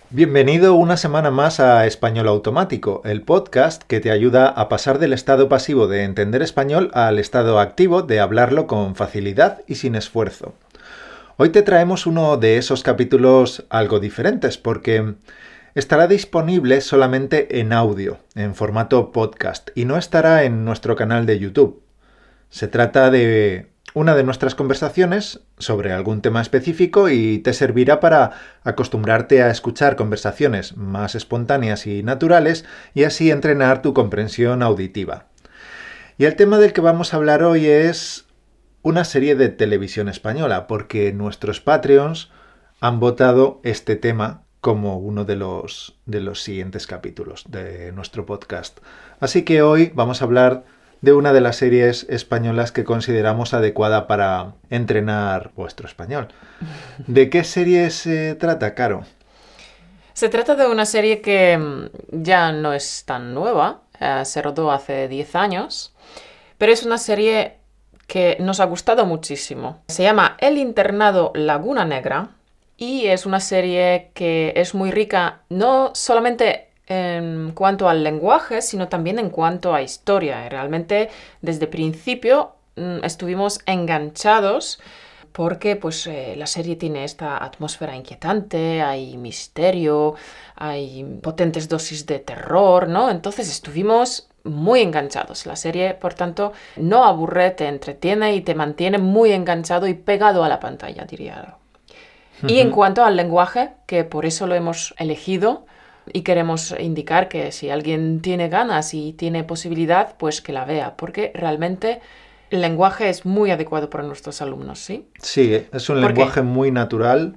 Bienvenido una semana más a Español Automático, el podcast que te ayuda a pasar del estado pasivo de entender español al estado activo de hablarlo con facilidad y sin esfuerzo. Hoy te traemos uno de esos capítulos algo diferentes porque estará disponible solamente en audio, en formato podcast, y no estará en nuestro canal de YouTube. Se trata de una de nuestras conversaciones sobre algún tema específico y te servirá para acostumbrarte a escuchar conversaciones más espontáneas y naturales y así entrenar tu comprensión auditiva. Y el tema del que vamos a hablar hoy es una serie de televisión española, porque nuestros Patreons han votado este tema como uno de los siguientes capítulos de nuestro podcast. Así que hoy vamos a hablar de una de las series españolas que consideramos adecuada para entrenar vuestro español. ¿De qué serie se trata, Caro? Se trata de una serie que ya no es tan nueva, se rodó hace 10 años, pero es una serie que nos ha gustado muchísimo. Se llama El Internado Laguna Negra y es una serie que es muy rica, no solamente en cuanto al lenguaje, sino también en cuanto a historia. Realmente, desde el principio estuvimos enganchados porque la serie tiene esta atmósfera inquietante, hay misterio, hay potentes dosis de terror, ¿no? Entonces estuvimos muy enganchados. La serie, por tanto, no aburre, te entretiene y te mantiene muy enganchado y pegado a la pantalla, diría. Y en cuanto al lenguaje, que por eso lo hemos elegido, y queremos indicar que si alguien tiene ganas y tiene posibilidad, pues que la vea, porque realmente el lenguaje es muy adecuado para nuestros alumnos, ¿sí? Sí, es un lenguaje muy natural.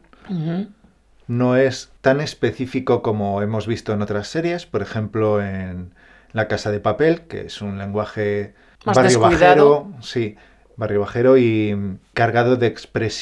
No es tan específico como hemos visto en otras series, por ejemplo en La Casa de Papel, que es un lenguaje más barrio descuidado. bajero, sí, barrio bajero y cargado de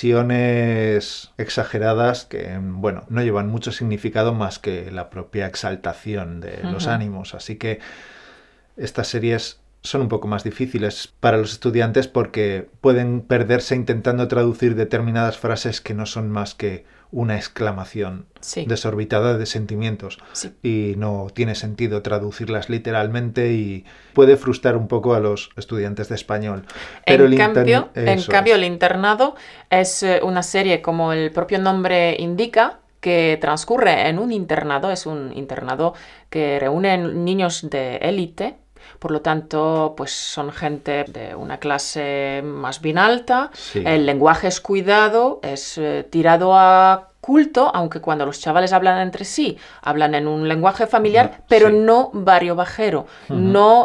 expresiones exageradas que, bueno, no llevan mucho significado más que la propia exaltación de los ánimos. Así que estas series son un poco más difíciles para los estudiantes porque pueden perderse intentando traducir determinadas frases que no son más que una exclamación desorbitada de sentimientos. Sí. Y no tiene sentido traducirlas literalmente y puede frustrar un poco a los estudiantes de español. Pero En cambio, El Internado es una serie, como el propio nombre indica, que transcurre en un internado. Es un internado que reúne niños de élite. Por lo tanto, pues son gente de una clase más bien alta. Sí. El lenguaje es cuidado, es tirado a culto, aunque cuando los chavales hablan entre sí, hablan en un lenguaje familiar, pero no barrio bajero, no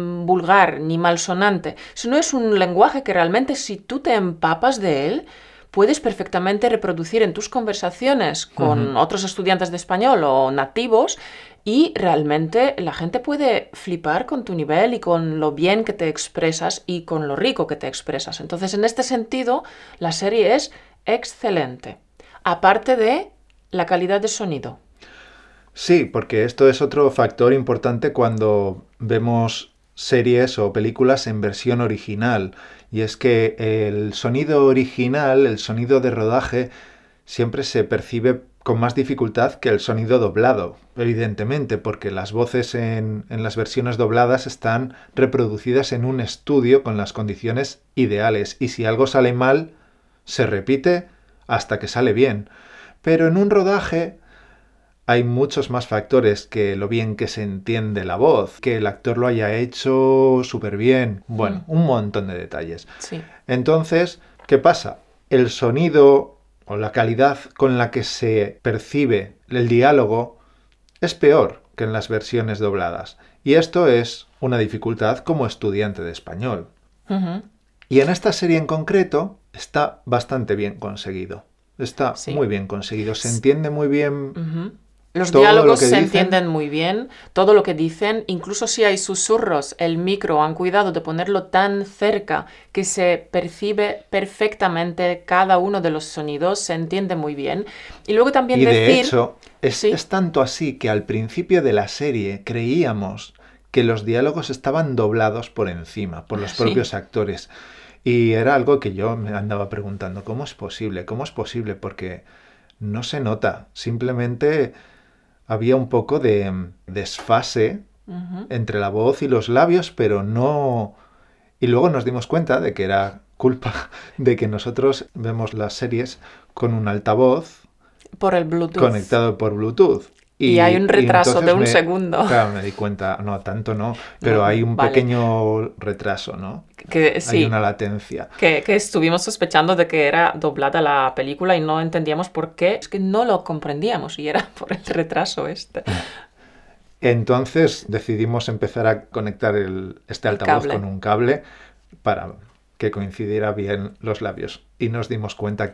vulgar ni malsonante. Sino es un lenguaje que realmente, si tú te empapas de él, puedes perfectamente reproducir en tus conversaciones con otros estudiantes de español o nativos. Y realmente la gente puede flipar con tu nivel y con lo bien que te expresas y con lo rico que te expresas. Entonces, en este sentido, la serie es excelente. Aparte de la calidad de sonido. Sí, porque esto es otro factor importante cuando vemos series o películas en versión original. Y es que el sonido original, el sonido de rodaje, siempre se percibe con más dificultad que el sonido doblado, evidentemente, porque las voces en las versiones dobladas están reproducidas en un estudio con las condiciones ideales, y si algo sale mal, se repite hasta que sale bien. Pero en un rodaje hay muchos más factores que lo bien que se entiende la voz, que el actor lo haya hecho súper bien, bueno, un montón de detalles. Sí. Entonces, ¿qué pasa? El sonido o la calidad con la que se percibe el diálogo es peor que en las versiones dobladas. Y esto es una dificultad como estudiante de español. Y en esta serie en concreto está bastante bien conseguido. Está muy bien conseguido. Se entiende muy bien. Los diálogos se entienden muy bien, todo lo que dicen, incluso si hay susurros, el micro han cuidado de ponerlo tan cerca que se percibe perfectamente cada uno de los sonidos, se entiende muy bien. Y luego también de hecho, es tanto así que al principio de la serie creíamos que los diálogos estaban doblados por encima, por los propios actores. Y era algo que yo me andaba preguntando, ¿cómo es posible? ¿Cómo es posible? Porque no se nota, simplemente había un poco de desfase entre la voz y los labios, pero no... Y luego nos dimos cuenta de que era culpa de que nosotros vemos las series con un altavoz Por el Bluetooth. conectado por Bluetooth. Y hay un retraso de un entonces segundo. Claro, me di cuenta, no, tanto no, pero hay un pequeño retraso, ¿no? Sí, hay una latencia. que estuvimos sospechando de que era doblada la película y no entendíamos por qué. Es que no lo comprendíamos y era por el retraso este. Entonces decidimos empezar a conectar este altavoz cable. con un cable para que coincidiera bien los labios. Y nos dimos cuenta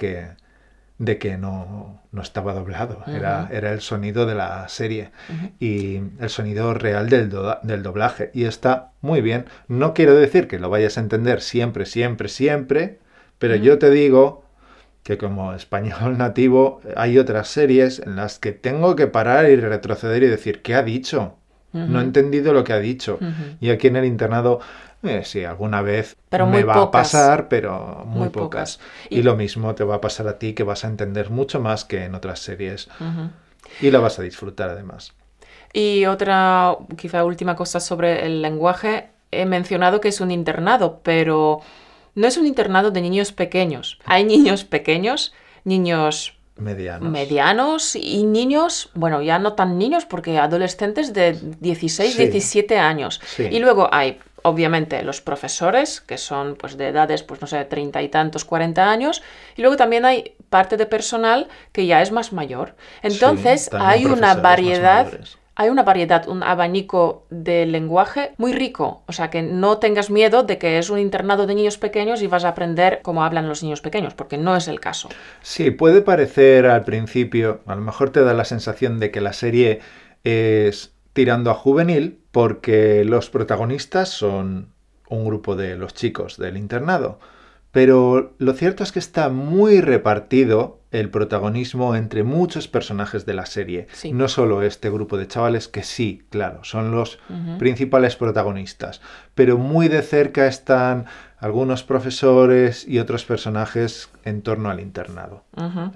de que no estaba doblado. Era el sonido de la serie y el sonido real del doblaje. Y está muy bien. No quiero decir que lo vayas a entender siempre, siempre, siempre, pero yo te digo que como español nativo hay otras series en las que tengo que parar y retroceder y decir, ¿qué ha dicho? No he entendido lo que ha dicho. Y aquí en el internado, sí, alguna vez pero me muy va pocas. a pasar, pero muy pocas. pocas. Y lo mismo te va a pasar a ti, que vas a entender mucho más que en otras series. Y la vas a disfrutar además. Y otra, quizá última cosa sobre el lenguaje. He mencionado que es un internado, pero no es un internado de niños pequeños. Hay niños pequeños, niños medianos y niños, bueno, ya no tan niños porque adolescentes de 16, 17 años. Sí. Y luego hay, obviamente, los profesores, que son pues de edades, pues no sé, 30 y tantos, 40 años. Y luego también hay parte de personal que ya es más mayor. Entonces hay una variedad... Hay una variedad, un abanico de lenguaje muy rico. O sea, que no tengas miedo de que es un internado de niños pequeños y vas a aprender cómo hablan los niños pequeños, porque no es el caso. Sí, puede parecer al principio, a lo mejor te da la sensación de que la serie es tirando a juvenil, porque los protagonistas son un grupo de los chicos del internado. Pero lo cierto es que está muy repartido el protagonismo entre muchos personajes de la serie. Sí. No solo este grupo de chavales, que sí, claro, son los principales protagonistas. Pero muy de cerca están algunos profesores y otros personajes en torno al internado.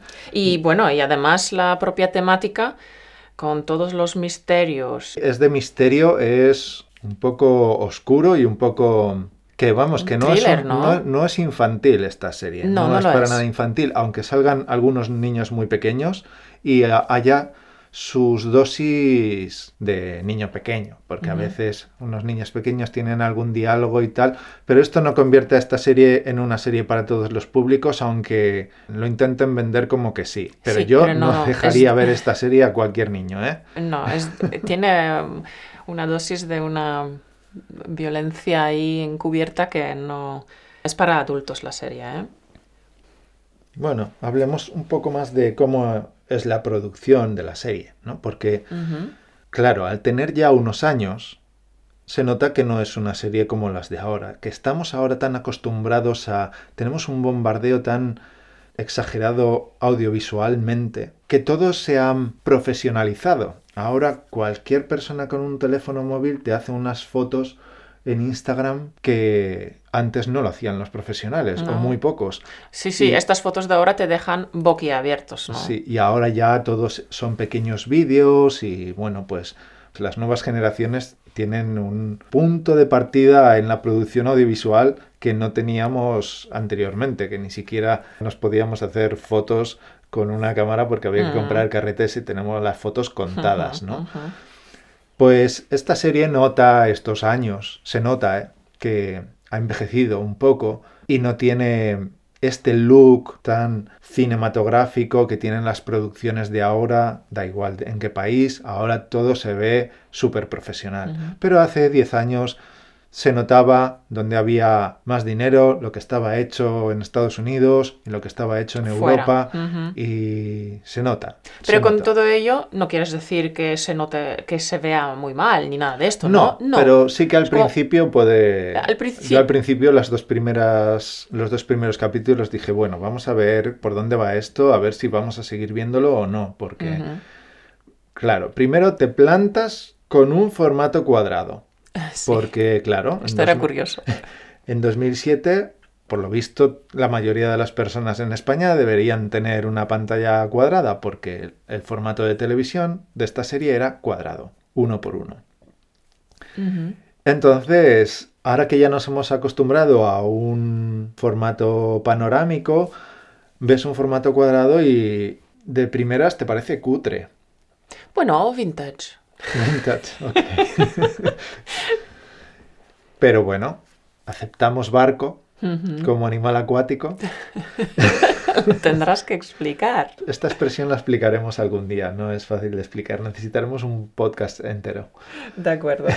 Y bueno, y además la propia temática, con todos los misterios. Es de misterio, es un poco oscuro y un poco... Que vamos, que no, thriller, no es infantil esta serie. No es para nada infantil, aunque salgan algunos niños muy pequeños y haya sus dosis de niño pequeño, porque a veces unos niños pequeños tienen algún diálogo y tal, pero esto no convierte a esta serie en una serie para todos los públicos, aunque lo intenten vender como que sí. Pero yo no dejaría ver esta serie a cualquier niño, ¿eh? No, tiene una dosis de una... violencia ahí encubierta que no... Es para adultos la serie, ¿eh? Bueno, hablemos un poco más de cómo es la producción de la serie, ¿no? Porque, claro, al tener ya unos años, se nota que no es una serie como las de ahora, que estamos ahora tan acostumbrados a... Tenemos un bombardeo tan exagerado audiovisualmente, que todos se han profesionalizado. Ahora cualquier persona con un teléfono móvil te hace unas fotos en Instagram que antes no lo hacían los profesionales, o muy pocos. Sí, estas fotos de ahora te dejan boquiabiertos, ¿no? Sí, y ahora ya todos son pequeños vídeos y bueno, pues las nuevas generaciones tienen un punto de partida en la producción audiovisual que no teníamos anteriormente, que ni siquiera nos podíamos hacer fotos con una cámara porque había que comprar carretes y tenemos las fotos contadas, ¿no? Pues esta serie nota estos años, se nota que ha envejecido un poco y no tiene este look tan cinematográfico que tienen las producciones de ahora, da igual en qué país, ahora todo se ve súper profesional. Pero hace 10 años se notaba donde había más dinero, lo que estaba hecho en Estados Unidos y lo que estaba hecho en Europa, y se nota. Pero con todo ello no quieres decir que se note, que se vea muy mal ni nada de esto, ¿no? No, pero sí que al principio puede... Yo al principio los dos primeros capítulos dije, bueno, vamos a ver por dónde va esto, a ver si vamos a seguir viéndolo o no, porque, claro, primero te plantas con un formato cuadrado. Sí. Porque, claro... Esto era curioso. En 2007 por lo visto, la mayoría de las personas en España deberían tener una pantalla cuadrada porque el formato de televisión de esta serie era cuadrado, 1:1. Ujú. Entonces, ahora que ya nos hemos acostumbrado a un formato panorámico, ves un formato cuadrado y de primeras te parece cutre. Bueno, vintage. Vintage, ok. Pero bueno, aceptamos barco como animal acuático. Tendrás que explicar. Esta expresión la explicaremos algún día, no es fácil de explicar, necesitaremos un podcast entero. De acuerdo.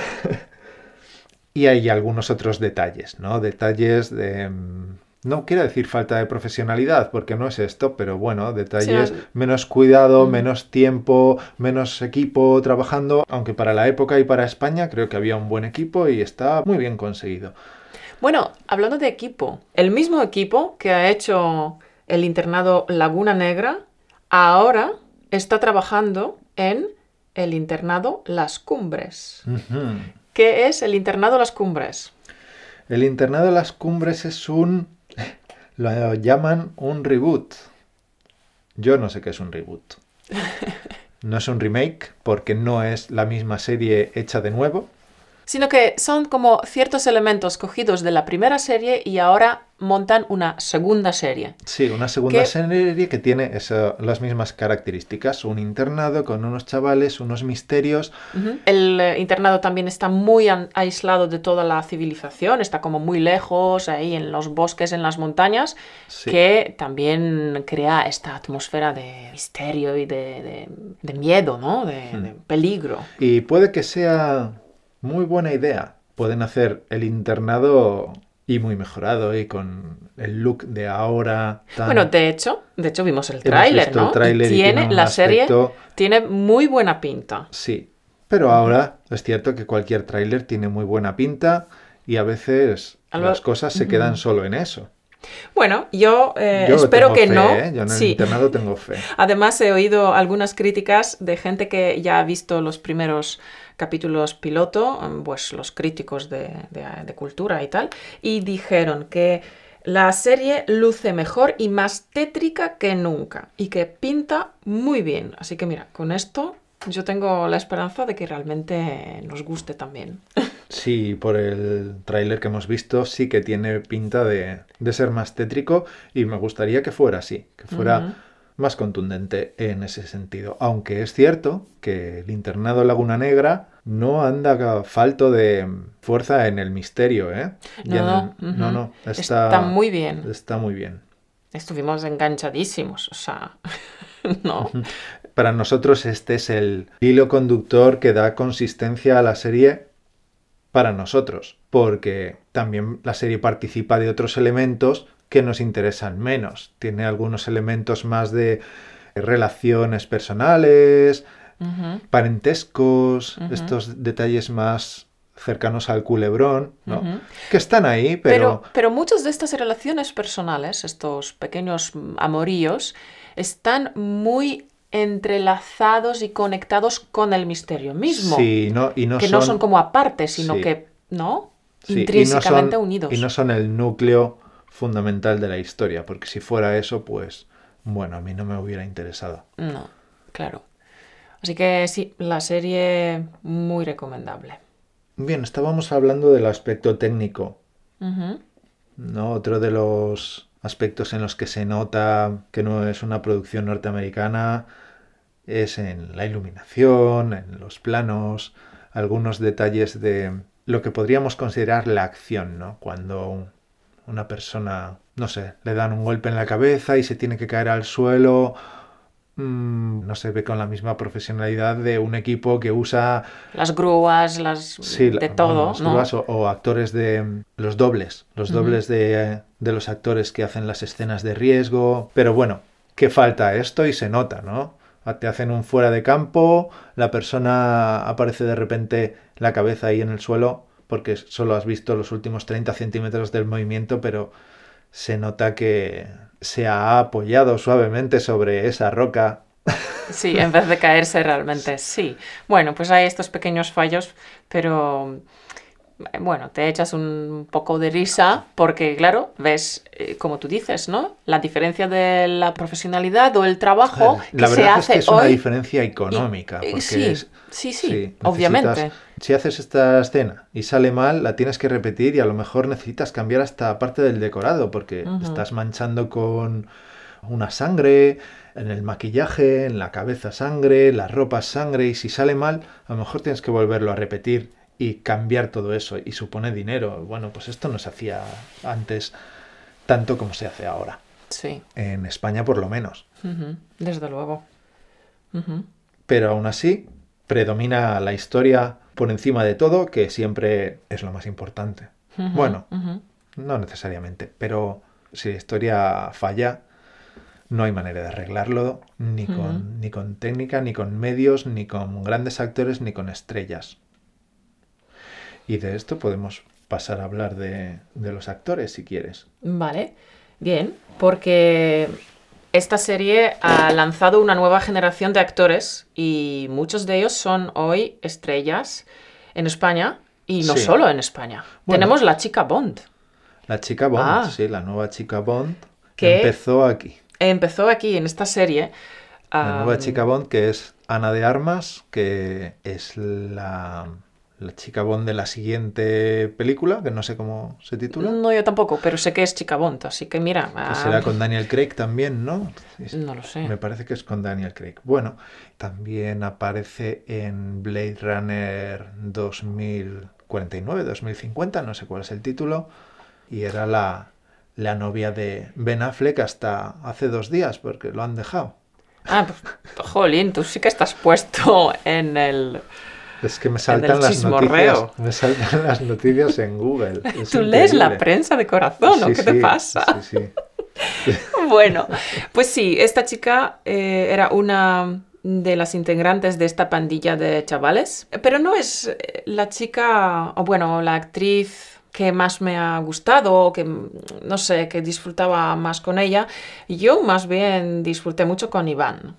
Y hay algunos otros detalles, ¿no? Detalles de... No quiero decir falta de profesionalidad, porque no es esto, pero bueno, detalles, Sí, menos cuidado, menos tiempo, menos equipo trabajando, aunque para la época y para España creo que había un buen equipo y está muy bien conseguido. Bueno, hablando de equipo, el mismo equipo que ha hecho el internado Laguna Negra, ahora está trabajando en el internado Las Cumbres. Ujú. ¿Qué es el internado Las Cumbres? El internado de las Cumbres es un... Lo llaman un reboot. Yo no sé qué es un reboot. No es un remake porque no es la misma serie hecha de nuevo. Sino que son como ciertos elementos cogidos de la primera serie y ahora montan una segunda serie. Sí, una segunda ¿Qué? serie que tiene las mismas características. Un internado con unos chavales, unos misterios. El internado también está muy aislado de toda la civilización, está como muy lejos, ahí en los bosques, en las montañas, Sí. que también crea esta atmósfera de misterio y de miedo, ¿no? De peligro. Y puede que sea muy buena idea. Pueden hacer el internado y muy mejorado y con el look de ahora tan... Bueno, de hecho vimos el Hemos tráiler, visto ¿no? el tráiler y tiene un la serie aspecto- tiene muy buena pinta. Sí, pero ahora es cierto que cualquier tráiler tiene muy buena pinta y a veces las cosas se quedan solo en eso. Bueno, yo Yo espero tengo que fe, no. ¿eh? Yo en el Sí. internado tengo fe. Además, he oído algunas críticas de gente que ya ha visto los primeros capítulos piloto, pues los críticos de cultura y tal, y dijeron que la serie luce mejor y más tétrica que nunca y que pinta muy bien. Así que mira, con esto yo tengo la esperanza de que realmente nos guste también. Sí, por el tráiler que hemos visto sí que tiene pinta de ser más tétrico y me gustaría que fuera así, que fuera más contundente en ese sentido. Aunque es cierto que el internado Laguna Negra no anda falto de fuerza en el misterio, ¿eh? No, Está muy bien. Está muy bien. Estuvimos enganchadísimos, o sea, ¿no? Para nosotros este es el hilo conductor que da consistencia a la serie para nosotros, porque también la serie participa de otros elementos que nos interesan menos. Tiene algunos elementos más de relaciones personales, parentescos, estos detalles más cercanos al culebrón, ¿no? Que están ahí, pero... Pero muchas de estas relaciones personales, estos pequeños amoríos, están muy entrelazados y conectados con el misterio mismo. Sí, que no son como aparte, sino Sí. que, ¿no? Sí, Intrínsecamente unidos. Y no son el núcleo fundamental de la historia, porque si fuera eso, pues, bueno, a mí no me hubiera interesado. No, claro. Así que sí, la serie muy recomendable. Bien, estábamos hablando del aspecto técnico, Ujú. ¿no? Otro de los aspectos en los que se nota que no es una producción norteamericana es en la iluminación, en los planos, algunos detalles de lo que podríamos considerar la acción, ¿no? Cuando una persona, no sé, le dan un golpe en la cabeza y se tiene que caer al suelo, no se ve con la misma profesionalidad de un equipo que usa... Las grúas, de todo, las ¿no? grúas o actores de... Los dobles de los actores que hacen las escenas de riesgo. Pero bueno, que falta esto y se nota, ¿no? Te hacen un fuera de campo, la persona aparece de repente la cabeza ahí en el suelo porque solo has visto los últimos 30 centímetros del movimiento, pero se nota que se ha apoyado suavemente sobre esa roca. Sí, en vez de caerse realmente, sí. Bueno, pues hay estos pequeños fallos, pero bueno, te echas un poco de risa porque, claro, ves, como tú dices, ¿no? La diferencia de la profesionalidad o el trabajo La que se verdad es hace que es hoy. una diferencia económica, porque Sí, sí, obviamente. si haces esta escena y sale mal, la tienes que repetir y a lo mejor necesitas cambiar hasta parte del decorado, porque estás manchando con una sangre, en el maquillaje, en la cabeza sangre, las ropas sangre, y si sale mal, a lo mejor tienes que volverlo a repetir y cambiar todo eso, y supone dinero. Bueno, pues esto no se hacía antes tanto como se hace ahora. Sí. En España por lo menos. Desde luego. Pero aún así, predomina la historia por encima de todo, que siempre es lo más importante. Bueno, no necesariamente, pero si la historia falla, no hay manera de arreglarlo, ni con técnica, ni con medios, ni con grandes actores, ni con estrellas. Y de esto podemos pasar a hablar de los actores, si quieres. Vale, bien, porque esta serie ha lanzado una nueva generación de actores y muchos de ellos son hoy estrellas en España y no Sí. solo en España. Bueno. Tenemos la chica Bond. La chica Bond, Ah. sí, la nueva chica Bond, Que empezó aquí. empezó aquí en esta serie. La nueva chica Bond, que es Ana de Armas, que es la chica Bond de la siguiente película, que no sé cómo se titula. No, yo tampoco, pero sé que es chica Bond, así que mira. Que será con Daniel Craig también, ¿no? No lo sé. Me parece que es con Daniel Craig. Bueno, también aparece en Blade Runner 2049, 2050, no sé cuál es el título, y era la novia de Ben Affleck hasta hace 2 días, porque lo han dejado. Ah, pues, jolín, tú sí que estás puesto en el... Es que me saltan el las chismorreo. noticias. Me saltan las noticias en Google. Es Tú lees la increíble. prensa de corazón, ¿o Sí, qué te sí, pasa? Sí, sí. Bueno, pues sí, esta chica era una de las integrantes de esta pandilla de chavales, pero no es la chica, o bueno, la actriz que más me ha gustado, o que, no sé, que disfrutaba más con ella. Yo más bien disfruté mucho con Iván.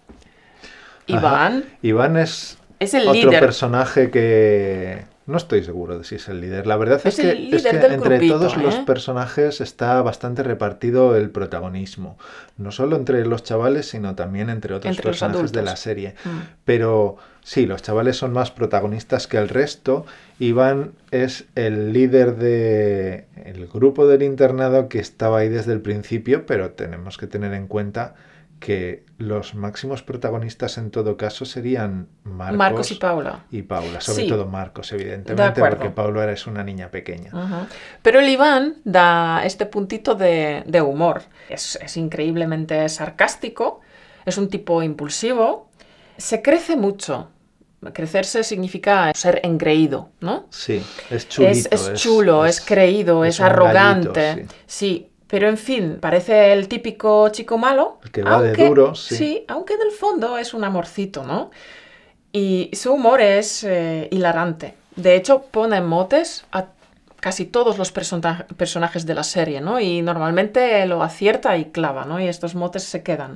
Ajá. Iván es el otro líder. personaje que no estoy seguro de si es el líder. La verdad es que el líder del entre grupito, todos los personajes está bastante repartido el protagonismo. No solo entre los chavales, sino también entre otros personajes de la serie. Pero sí, los chavales son más protagonistas que el resto. Iván es el líder del grupo del internado que estaba ahí desde el principio, pero tenemos que tener en cuenta que los máximos protagonistas en todo caso serían Marcos y Paula. Y Paula, sobre todo Marcos, evidentemente, de acuerdo. porque Paula es una niña pequeña. Pero el Iván da este puntito de humor. Es increíblemente sarcástico, es un tipo impulsivo, se crece mucho. Crecerse significa ser engreído, ¿no? Sí, es chulito. Es chulo, es creído, es arrogante. Gallito, sí. Pero en fin, parece el típico chico malo. El que va de duro, sí. Sí, aunque en el fondo es un amorcito, ¿no? Y su humor es hilarante. De hecho, pone motes a casi todos los personajes de la serie, ¿no? Y normalmente lo acierta y clava, ¿no? Y estos motes se quedan.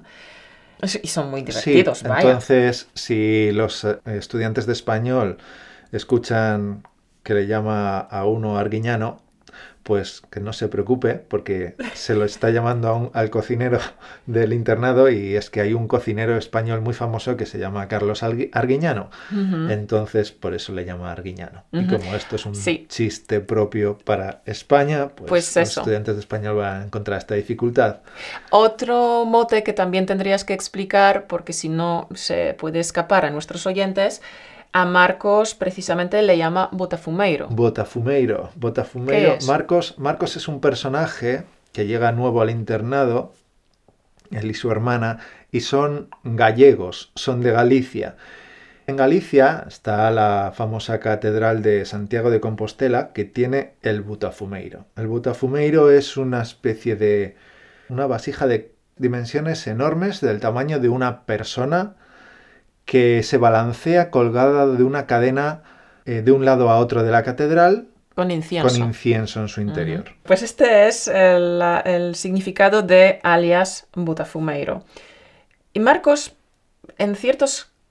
Y son muy divertidos, sí, vaya. Entonces, si los estudiantes de español escuchan que le llama a uno Arguiñano, pues que no se preocupe, porque se lo está llamando al cocinero del internado, y es que hay un cocinero español muy famoso que se llama Carlos Arguiñano. Entonces, por eso le llama Arguiñano. Y como esto es un chiste propio para España, pues los estudiantes de español van a encontrar esta dificultad. Otro mote que también tendrías que explicar, porque si no se puede escapar a nuestros oyentes. A Marcos precisamente le llama Botafumeiro. Botafumeiro. ¿Qué es? Marcos es un personaje que llega nuevo al internado, él y su hermana, y son gallegos, son de Galicia. En Galicia está la famosa catedral de Santiago de Compostela, que tiene el Botafumeiro. El Botafumeiro es una especie de una vasija de dimensiones enormes, del tamaño de una persona, que se balancea colgada de una cadena de un lado a otro de la catedral con incienso en su interior. Pues este es el significado de alias Botafumeiro. Y Marcos, en ciertos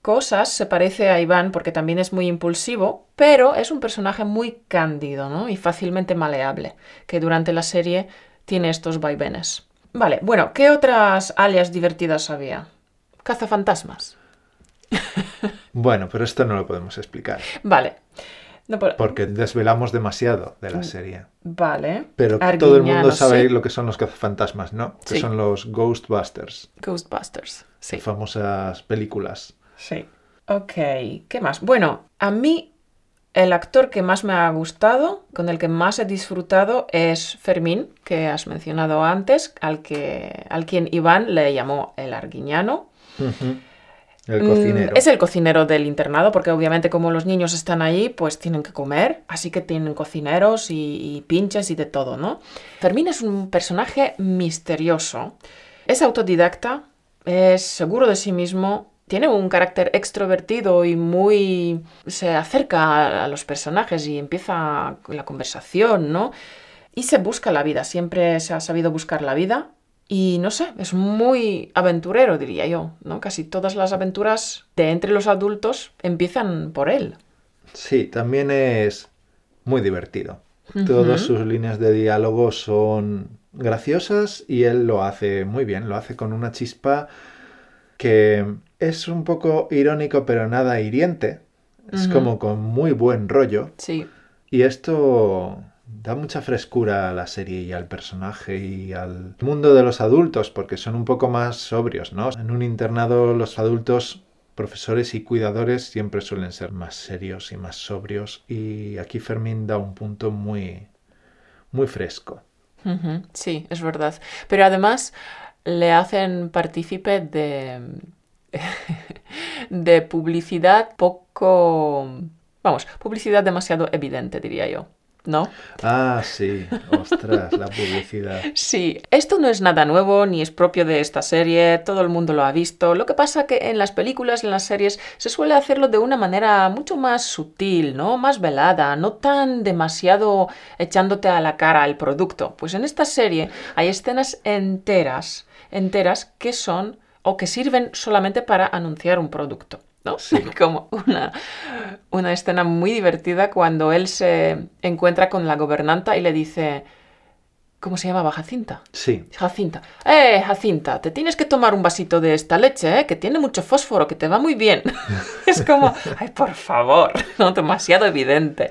cosas se parece a Iván porque también es muy impulsivo, pero es un personaje muy cándido, ¿no? Y fácilmente maleable, que durante la serie tiene estos vaivenes. Vale, bueno, ¿qué otras alias divertidas había? Cazafantasmas. Bueno, pero esto no lo podemos explicar. Vale. No, porque desvelamos demasiado de la serie. Vale. Pero todo el mundo sabe lo que son los cazafantasmas, ¿no? Que son los Ghostbusters. Ghostbusters, sí. Famosas películas. Sí. Ok, ¿qué más? Bueno, a mí el actor que más me ha gustado, con el que más he disfrutado, es Fermín, que has mencionado antes, al quien Iván le llamó el Arguiñano. Uh-huh. El cocinero. Es el cocinero del internado, porque obviamente como los niños están ahí, pues tienen que comer, así que tienen cocineros y pinches y de todo, ¿no? Fermín es un personaje misterioso. Es autodidacta, es seguro de sí mismo, tiene un carácter extrovertido y se acerca a los personajes y empieza la conversación, ¿no? Y se busca la vida, siempre se ha sabido buscar la vida. Y no sé, es muy aventurero, diría yo, ¿no? Casi todas las aventuras de entre los adultos empiezan por él. Sí, también es muy divertido. Uh-huh. Todas sus líneas de diálogo son graciosas y él lo hace muy bien, lo hace con una chispa que es un poco irónico pero nada hiriente. Es como con muy buen rollo. Sí. Y esto da mucha frescura a la serie y al personaje y al mundo de los adultos, porque son un poco más sobrios, ¿no? En un internado los adultos, profesores y cuidadores siempre suelen ser más serios y más sobrios, y aquí Fermín da un punto muy, muy fresco. Uh-huh. Sí, es verdad. Pero además le hacen partícipe de publicidad publicidad demasiado evidente, diría yo. ¿No? Ah, sí. Ostras, la publicidad. Sí, esto no es nada nuevo ni es propio de esta serie, todo el mundo lo ha visto. Lo que pasa que en las películas y en las series se suele hacerlo de una manera mucho más sutil, ¿no? Más velada, no tan demasiado echándote a la cara el producto. Pues en esta serie hay escenas enteras que son o que sirven solamente para anunciar un producto, ¿no? Sí. Como una escena muy divertida cuando él se encuentra con la gobernanta y le dice... ¿Cómo se llamaba? ¿Jacinta? Sí. Jacinta. Jacinta, te tienes que tomar un vasito de esta leche, que tiene mucho fósforo, que te va muy bien. Es como, ay, por favor, no, demasiado evidente.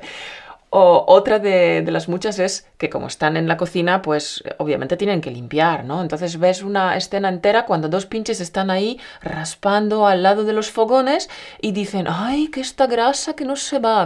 O otra de las muchas es que como están en la cocina, pues obviamente tienen que limpiar, ¿no? Entonces ves una escena entera cuando dos pinches están ahí raspando al lado de los fogones y dicen, ay, que esta grasa que no se va.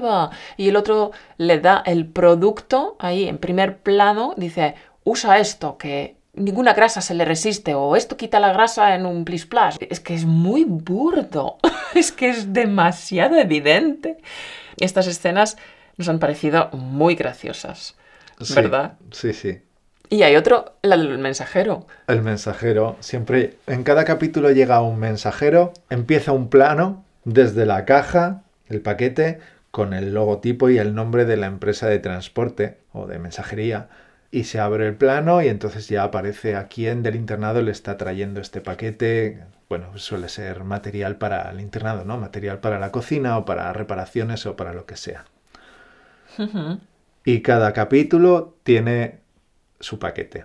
Y el otro le da el producto ahí en primer plano, dice, usa esto, que ninguna grasa se le resiste, o esto quita la grasa en un plis plas. Es que es muy burdo, es que es demasiado evidente. Estas escenas nos han parecido muy graciosas, ¿verdad? Sí, sí. Y hay otro, el mensajero. El mensajero. Siempre, en cada capítulo llega un mensajero, empieza un plano desde la caja, el paquete, con el logotipo y el nombre de la empresa de transporte o de mensajería. Y se abre el plano y entonces ya aparece a quién del internado le está trayendo este paquete. Bueno, suele ser material para el internado, ¿no? Material para la cocina o para reparaciones o para lo que sea. Uh-huh. Y cada capítulo tiene su paquete.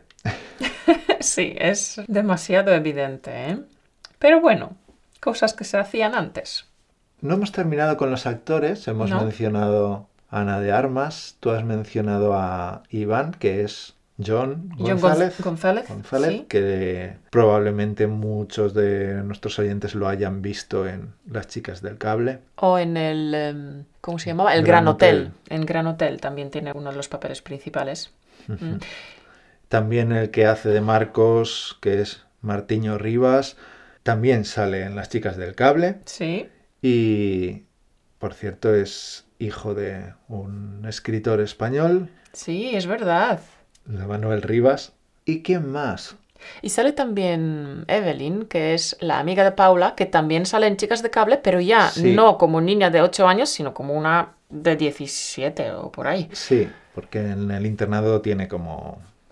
Sí, es demasiado evidente, ¿eh? Pero bueno, cosas que se hacían antes. No hemos terminado con los actores. Hemos mencionado a Ana de Armas. Tú has mencionado a Iván, que es John González, sí. Que probablemente muchos de nuestros oyentes lo hayan visto en Las chicas del cable. O en el, ¿cómo se llamaba? El Gran Hotel. En Gran Hotel también tiene uno de los papeles principales. Uh-huh. También el que hace de Marcos, que es Martiño Rivas, también sale en Las chicas del cable. Sí. Y, por cierto, es hijo de un escritor español. Sí, es verdad. De Manuel Rivas. ¿Y quién más? Y sale también Evelyn, que es la amiga de Paula, que también sale en Chicas de Cable, pero ya no como niña de 8 años, sino como una de 17 o por ahí. Sí, porque en el internado tiene como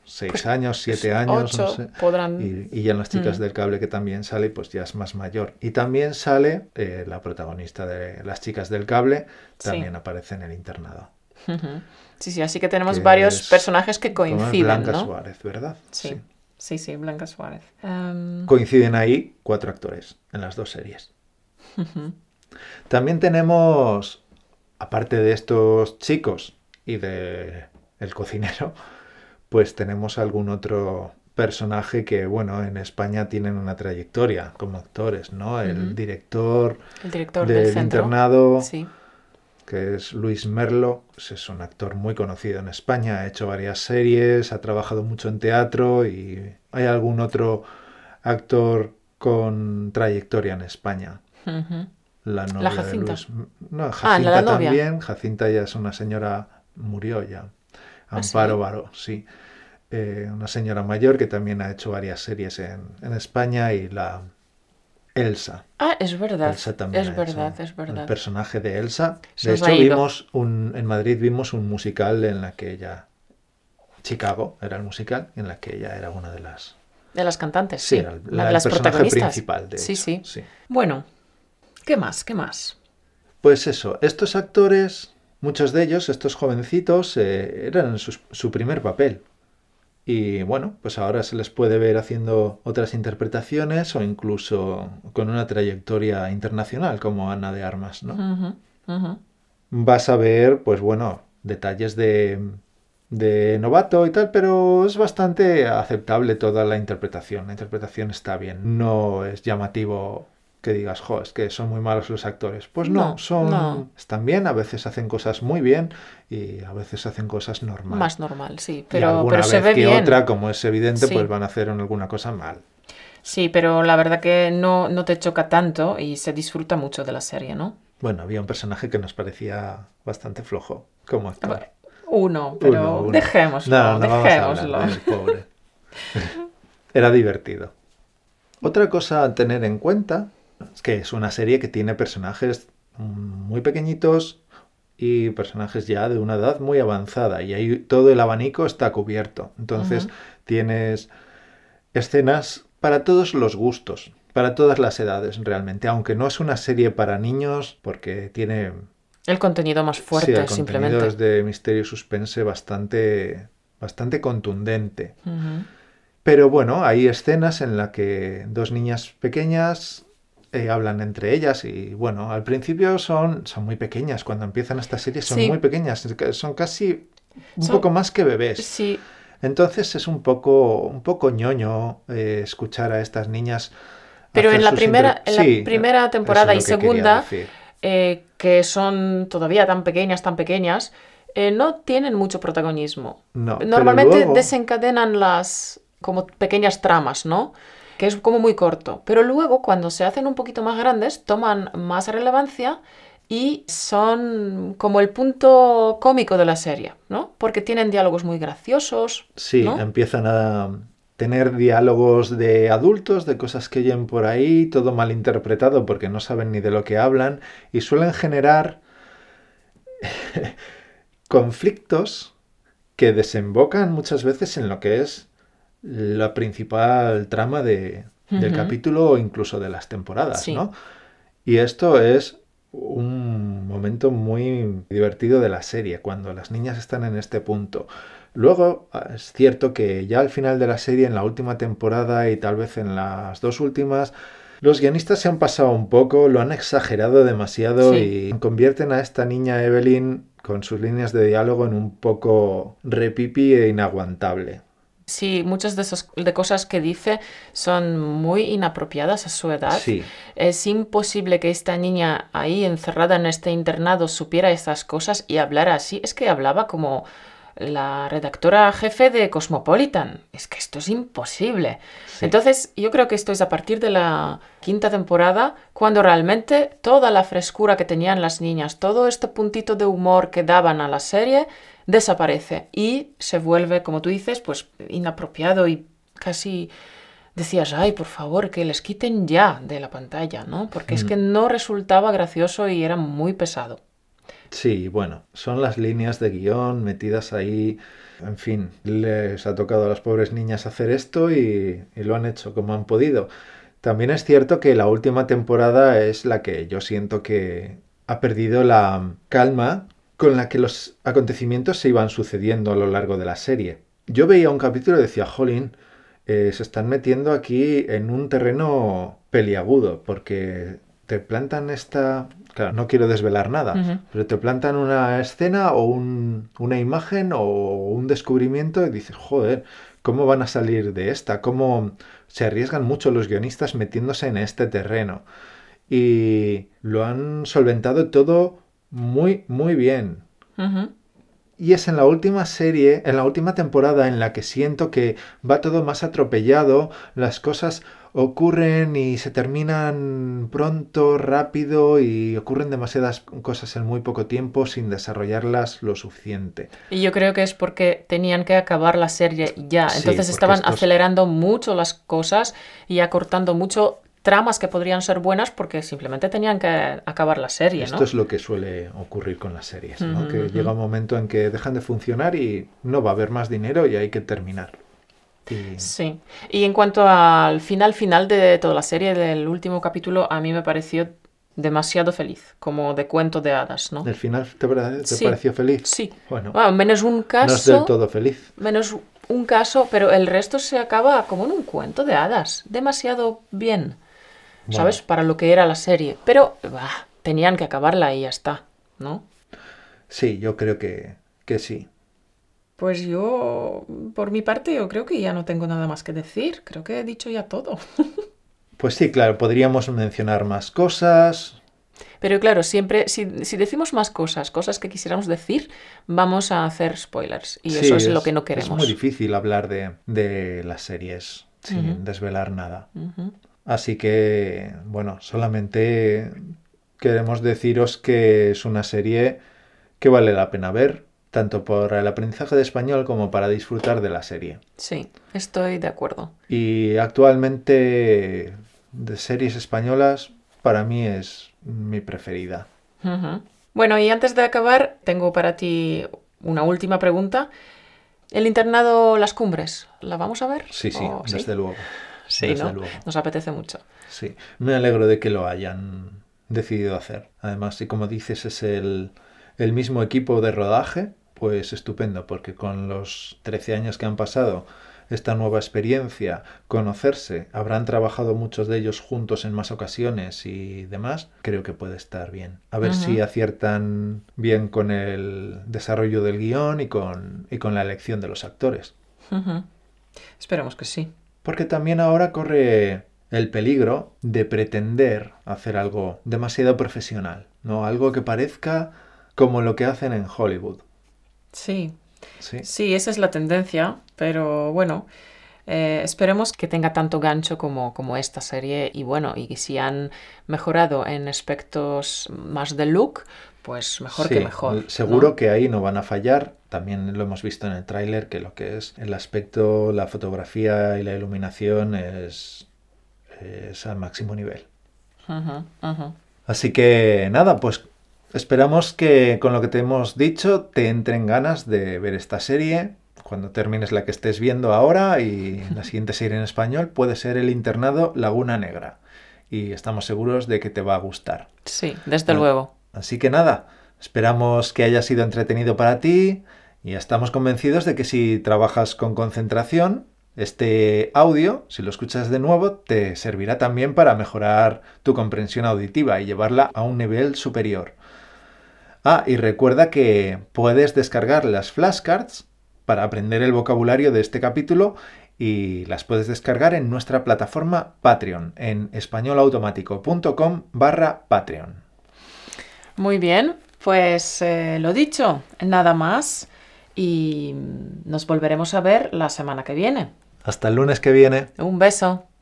6 Pues, años, 7 años, 8 no sé. podrán... Y ya en Las chicas del cable que también sale, pues ya es más mayor. Y también sale la protagonista de Las chicas del cable, también Sí. aparece en el internado. Ujú. Sí, sí, así que tenemos Que varios es- personajes que ¿Cómo es? coinciden, Blanca ¿no? Suárez, ¿verdad? Sí, sí, sí, Blanca Suárez. Coinciden ahí 4 actores en las 2 series. Ujú. También tenemos, aparte de estos chicos y de el cocinero, pues tenemos algún otro personaje que, bueno, en España tienen una trayectoria como actores, ¿no? El Ujú. director El director del del centro. internado, Sí. que es Luis Merlo, pues es un actor muy conocido en España, ha hecho varias series, ha trabajado mucho en teatro y hay algún otro actor con trayectoria en España. Ujú. La La novia de Jacinta. Luis. No, la Jacinta novia. también. Jacinta ya es una señora, murió ya. ¿Ah, Amparo sí? Baró, sí. Una señora mayor que también ha hecho varias series en España y la Elsa. Ah, es verdad. Elsa también Es ha hecho verdad, es el verdad. personaje de Elsa. Se De nos ha hecho, ido. en Madrid vimos un musical en la que ella, Chicago era el musical, en la que ella era una de las... De las cantantes, Sí, sí. era Una de el las personaje protagonistas. principal, de Sí, hecho. sí. Sí. Bueno, ¿qué más? ¿Qué más? Pues eso, estos actores, muchos de ellos, estos jovencitos, eran su primer papel. Y bueno, pues ahora se les puede ver haciendo otras interpretaciones o incluso con una trayectoria internacional como Ana de Armas, ¿no? Ujú, ujú. Vas a ver, pues bueno, detalles de novato y tal, pero es bastante aceptable toda la interpretación. La interpretación está bien. No es llamativo que digas, jo, es que son muy malos los actores. Pues no, No. están bien, a veces hacen cosas muy bien y a veces hacen cosas normal. Más normal, sí. Y Pero alguna se vez ve que bien. otra, como es evidente, pues Sí. van a hacer alguna cosa mal. Sí, pero la verdad que no te choca tanto y se disfruta mucho de la serie, ¿no? Bueno, había un personaje que nos parecía bastante flojo como actor. Uno, pero Uno. dejémoslo, No vamos a hablar dejémoslo. del pobre. Era divertido. Otra cosa a tener en cuenta es que es una serie que tiene personajes muy pequeñitos y personajes ya de una edad muy avanzada y ahí todo el abanico está cubierto. Entonces tienes escenas para todos los gustos, para todas las edades realmente, aunque no es una serie para niños porque tiene... El contenido más Sí, el fuerte, contenido simplemente. es de misterio y suspense bastante contundente. Ujú. Pero bueno, hay escenas en las que dos niñas pequeñas hablan entre ellas y bueno, al principio son muy pequeñas. Cuando empiezan estas series son Sí. muy pequeñas, son casi un Son- poco más que bebés. Sí, Entonces es un poco ñoño escuchar a estas niñas. pero hacer en la sus primera, en Sí, la primera eso temporada es y lo que quería segunda, decir. que son todavía tan pequeñas, no tienen mucho protagonismo. No, pero Normalmente luego- desencadenan las como pequeñas tramas, ¿no? Que es como muy corto. Pero luego, cuando se hacen un poquito más grandes, toman más relevancia y son como el punto cómico de la serie, ¿no? Porque tienen diálogos muy graciosos, Sí, ¿no? empiezan a tener diálogos de adultos, de cosas que oyen por ahí, todo mal interpretado porque no saben ni de lo que hablan y suelen generar conflictos que desembocan muchas veces en lo que es la principal trama del capítulo o incluso de las temporadas, Sí. ¿no? Y esto es un momento muy divertido de la serie, cuando las niñas están en este punto. Luego, es cierto que ya al final de la serie, en la última temporada y tal vez en las dos últimas, los guionistas se han pasado un poco, lo han exagerado demasiado Sí. y convierten a esta niña Evelyn con sus líneas de diálogo en un poco repipi e inaguantable. Sí, muchas de esas de cosas que dice son muy inapropiadas a su edad. Sí. Es imposible que esta niña ahí encerrada en este internado supiera estas cosas y hablara así. Es que hablaba como la redactora jefe de Cosmopolitan. Es que esto es imposible. Sí. Entonces, yo creo que esto es a partir de la quinta temporada, cuando realmente toda la frescura que tenían las niñas, todo este puntito de humor que daban a la serie, desaparece y se vuelve, como tú dices, pues inapropiado y casi decías, ay, por favor, que les quiten ya de la pantalla, ¿no? Porque es que no resultaba gracioso y era muy pesado. Sí, bueno, son las líneas de guión metidas ahí. En fin, les ha tocado a las pobres niñas hacer esto y lo han hecho como han podido. También es cierto que la última temporada es la que yo siento que ha perdido la calma con la que los acontecimientos se iban sucediendo a lo largo de la serie. Yo veía un capítulo y decía, jolín, se están metiendo aquí en un terreno peliagudo, porque te plantan esta... Claro, no quiero desvelar nada, pero te plantan una escena o una imagen o un descubrimiento y dices, joder, ¿cómo van a salir de esta? ¿Cómo se arriesgan mucho los guionistas metiéndose en este terreno? Y lo han solventado todo muy, muy bien. Y es en la última serie, en la última temporada en la que siento que va todo más atropellado, las cosas ocurren y se terminan pronto, rápido y ocurren demasiadas cosas en muy poco tiempo sin desarrollarlas lo suficiente. Y yo creo que es porque tenían que acabar la serie ya, Sí, entonces porque estaban estos- acelerando mucho las cosas y acortando mucho tramas que podrían ser buenas porque simplemente tenían que acabar la serie, ¿no? Esto es lo que suele ocurrir con las series, ¿no? Que llega un momento en que dejan de funcionar y no va a haber más dinero y hay que terminar. Y Sí. Y en cuanto al final de toda la serie, del último capítulo, a mí me pareció demasiado feliz, como de cuento de hadas, ¿no? ¿el final te Sí. pareció feliz? Sí. Bueno, Menos un no es caso, del todo feliz. pero el resto se acaba como en un cuento de hadas. Demasiado bien, Bueno. ¿sabes? Para lo que era la serie. Pero tenían que acabarla y ya está, ¿no? Sí, yo creo que sí. Pues yo, por mi parte, yo creo que ya no tengo nada más que decir. Creo que he dicho ya todo. Pues sí, claro, podríamos mencionar más cosas. Pero claro, siempre, si decimos más cosas que quisiéramos decir, vamos a hacer spoilers. Y Sí, eso es lo que no Es queremos. muy difícil hablar de las series sin desvelar nada. Así que, bueno, solamente queremos deciros que es una serie que vale la pena ver, tanto por el aprendizaje de español como para disfrutar de la serie. Sí, estoy de acuerdo. Y actualmente de series españolas, para mí es mi preferida. Bueno, y antes de acabar, tengo para ti una última pregunta. ¿El internado Las Cumbres, la vamos a ver? Sí, ¿O desde luego. Sí, desde ¿no? luego. Nos apetece mucho. Sí, me alegro de que lo hayan decidido hacer. Además, y como dices, es el mismo equipo de rodaje, pues estupendo, porque con los 13 años que han pasado, esta nueva experiencia, conocerse, habrán trabajado muchos de ellos juntos en más ocasiones y demás, creo que puede estar bien. A ver si aciertan bien con el desarrollo del guión y con la elección de los actores. Esperemos que sí. Porque también ahora corre el peligro de pretender hacer algo demasiado profesional, ¿no? Algo que parezca como lo que hacen en Hollywood. Sí. Sí. Sí, esa es la tendencia, pero bueno, esperemos que tenga tanto gancho como esta serie y bueno, y si han mejorado en aspectos más de look, pues mejor que mejor. Seguro ¿no? que ahí no van a fallar. También lo hemos visto en el tráiler, que lo que es el aspecto, la fotografía y la iluminación es al máximo nivel. Así que nada, pues esperamos que con lo que te hemos dicho te entren ganas de ver esta serie. Cuando termines la que estés viendo ahora y la siguiente serie en español puede ser El internado Laguna Negra. Y estamos seguros de que te va a gustar. Sí, desde luego. Así que nada, esperamos que haya sido entretenido para ti y estamos convencidos de que si trabajas con concentración, este audio, si lo escuchas de nuevo, te servirá también para mejorar tu comprensión auditiva y llevarla a un nivel superior. Y recuerda que puedes descargar las flashcards para aprender el vocabulario de este capítulo y las puedes descargar en nuestra plataforma Patreon en españolautomático.com/Patreon. Muy bien, pues lo dicho, nada más y nos volveremos a ver la semana que viene. Hasta el lunes que viene. Un beso.